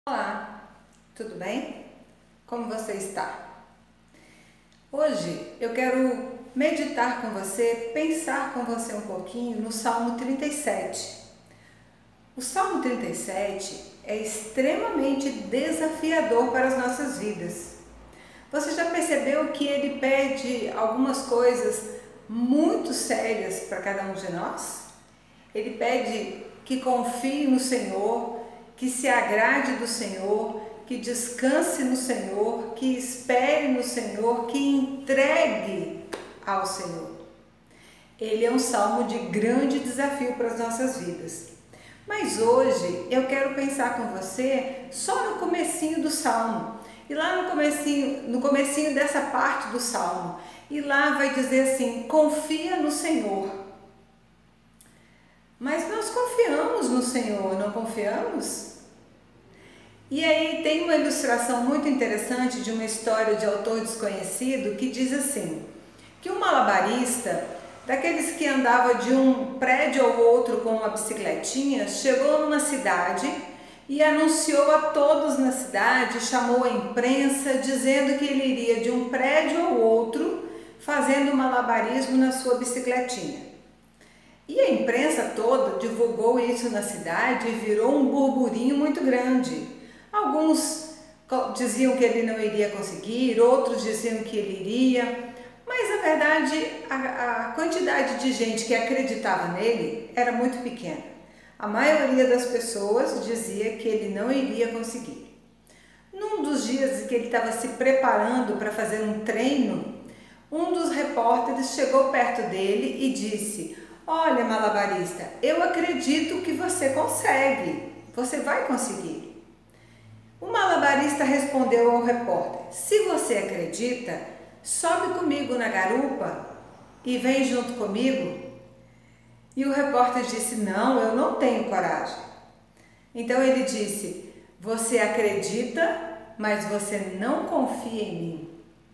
Olá, tudo bem? Como você está? Hoje eu quero meditar com você, pensar com você um pouquinho no Salmo 37. O Salmo 37 é extremamente desafiador para as nossas vidas. Você já percebeu que ele pede algumas coisas muito sérias para cada um de nós? Ele pede que confie no Senhor, que se agrade do Senhor, que descanse no Senhor, que espere no Senhor, que entregue ao Senhor. Ele é um salmo de grande desafio para as nossas vidas. Mas hoje eu quero pensar com você só no comecinho do salmo. E lá no comecinho dessa parte do salmo. E lá vai dizer assim: confia no Senhor. Mas nós confiamos no Senhor, não confiamos? E aí tem uma ilustração muito interessante de uma história de autor desconhecido que diz assim, que um malabarista, daqueles que andava de um prédio ao outro com uma bicicletinha, chegou numa cidade e anunciou a todos na cidade, chamou a imprensa, dizendo que ele iria de um prédio ao outro fazendo malabarismo na sua bicicletinha. E a imprensa toda divulgou isso na cidade e virou um burburinho muito grande. Alguns diziam que ele não iria conseguir, outros diziam que ele iria, mas na verdade a quantidade de gente que acreditava nele era muito pequena. A maioria das pessoas dizia que ele não iria conseguir. Num dos dias que ele estava se preparando para fazer um treino, um dos repórteres chegou perto dele e disse: olha, malabarista, eu acredito que você consegue, você vai conseguir. O malabarista respondeu ao repórter: se você acredita, sobe comigo na garupa e vem junto comigo. E o repórter disse: não, eu não tenho coragem. Então ele disse: você acredita, mas você não confia em mim.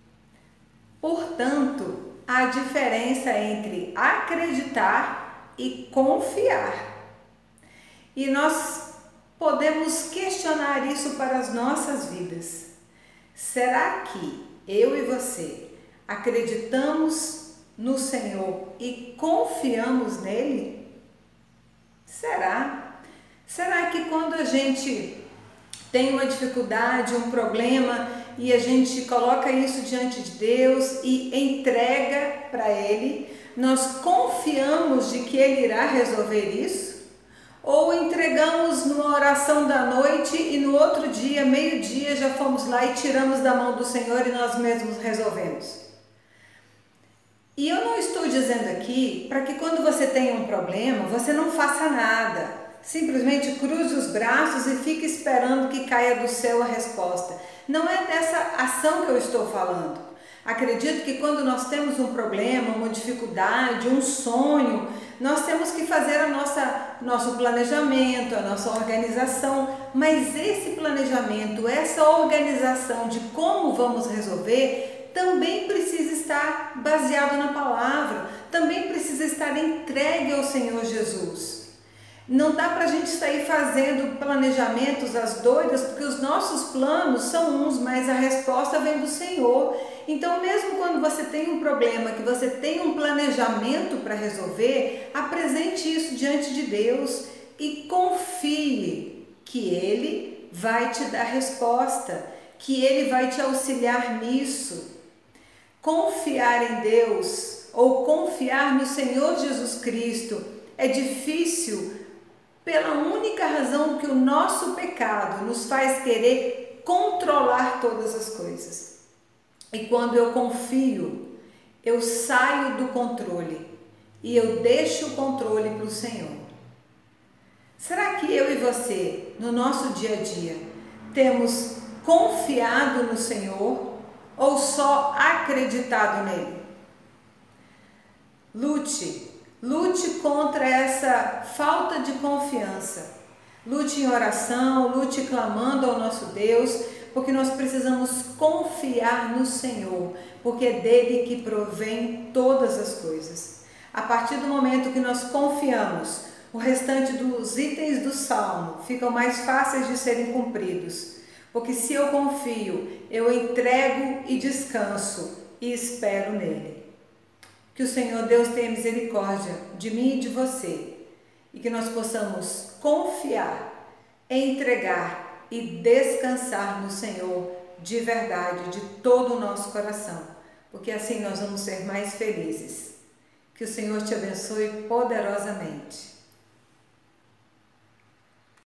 Portanto, há diferença entre acreditar e confiar. E nós podemos questionar isso para as nossas vidas. Será que eu e você acreditamos no Senhor e confiamos nele? Será? Será que quando a gente tem uma dificuldade, um problema, e a gente coloca isso diante de Deus e entrega para Ele, nós confiamos de que Ele irá resolver isso? Ou entregamos numa oração da noite e no outro dia, meio-dia, já fomos lá e tiramos da mão do Senhor e nós mesmos resolvemos? E eu não estou dizendo aqui para que quando você tenha um problema, você não faça nada. Simplesmente cruze os braços e fique esperando que caia do céu a resposta. Não é dessa ação que eu estou falando. Acredito que quando nós temos um problema, uma dificuldade, um sonho, nós temos que fazer nosso planejamento, a nossa organização, mas esse planejamento, essa organização de como vamos resolver, também precisa estar baseado na palavra, também precisa estar entregue ao Senhor Jesus. Não dá para a gente sair fazendo planejamentos às doidas, porque os nossos planos são uns, mas a resposta vem do Senhor. Então, mesmo quando você tem um problema, que você tem um planejamento para resolver, apresente isso diante de Deus e confie que Ele vai te dar resposta, que Ele vai te auxiliar nisso. Confiar em Deus ou confiar no Senhor Jesus Cristo é difícil pela única razão que o nosso pecado nos faz querer controlar todas as coisas. E quando eu confio, eu saio do controle e eu deixo o controle para o Senhor. Será que eu e você, no nosso dia a dia, temos confiado no Senhor ou só acreditado nele? Lute contra essa falta de confiança. Lute em oração, lute clamando ao nosso Deus, porque nós precisamos confiar no Senhor, porque é dele que provém todas as coisas. A partir do momento que nós confiamos, O restante dos itens do Salmo ficam mais fáceis de serem cumpridos, porque se eu confio, eu entrego e descanso e espero nele. Que o Senhor Deus tenha misericórdia de mim e de você, e que nós possamos confiar, entregar e descansar no Senhor de verdade, de todo o nosso coração, porque assim nós vamos ser mais felizes. Que o Senhor te abençoe poderosamente.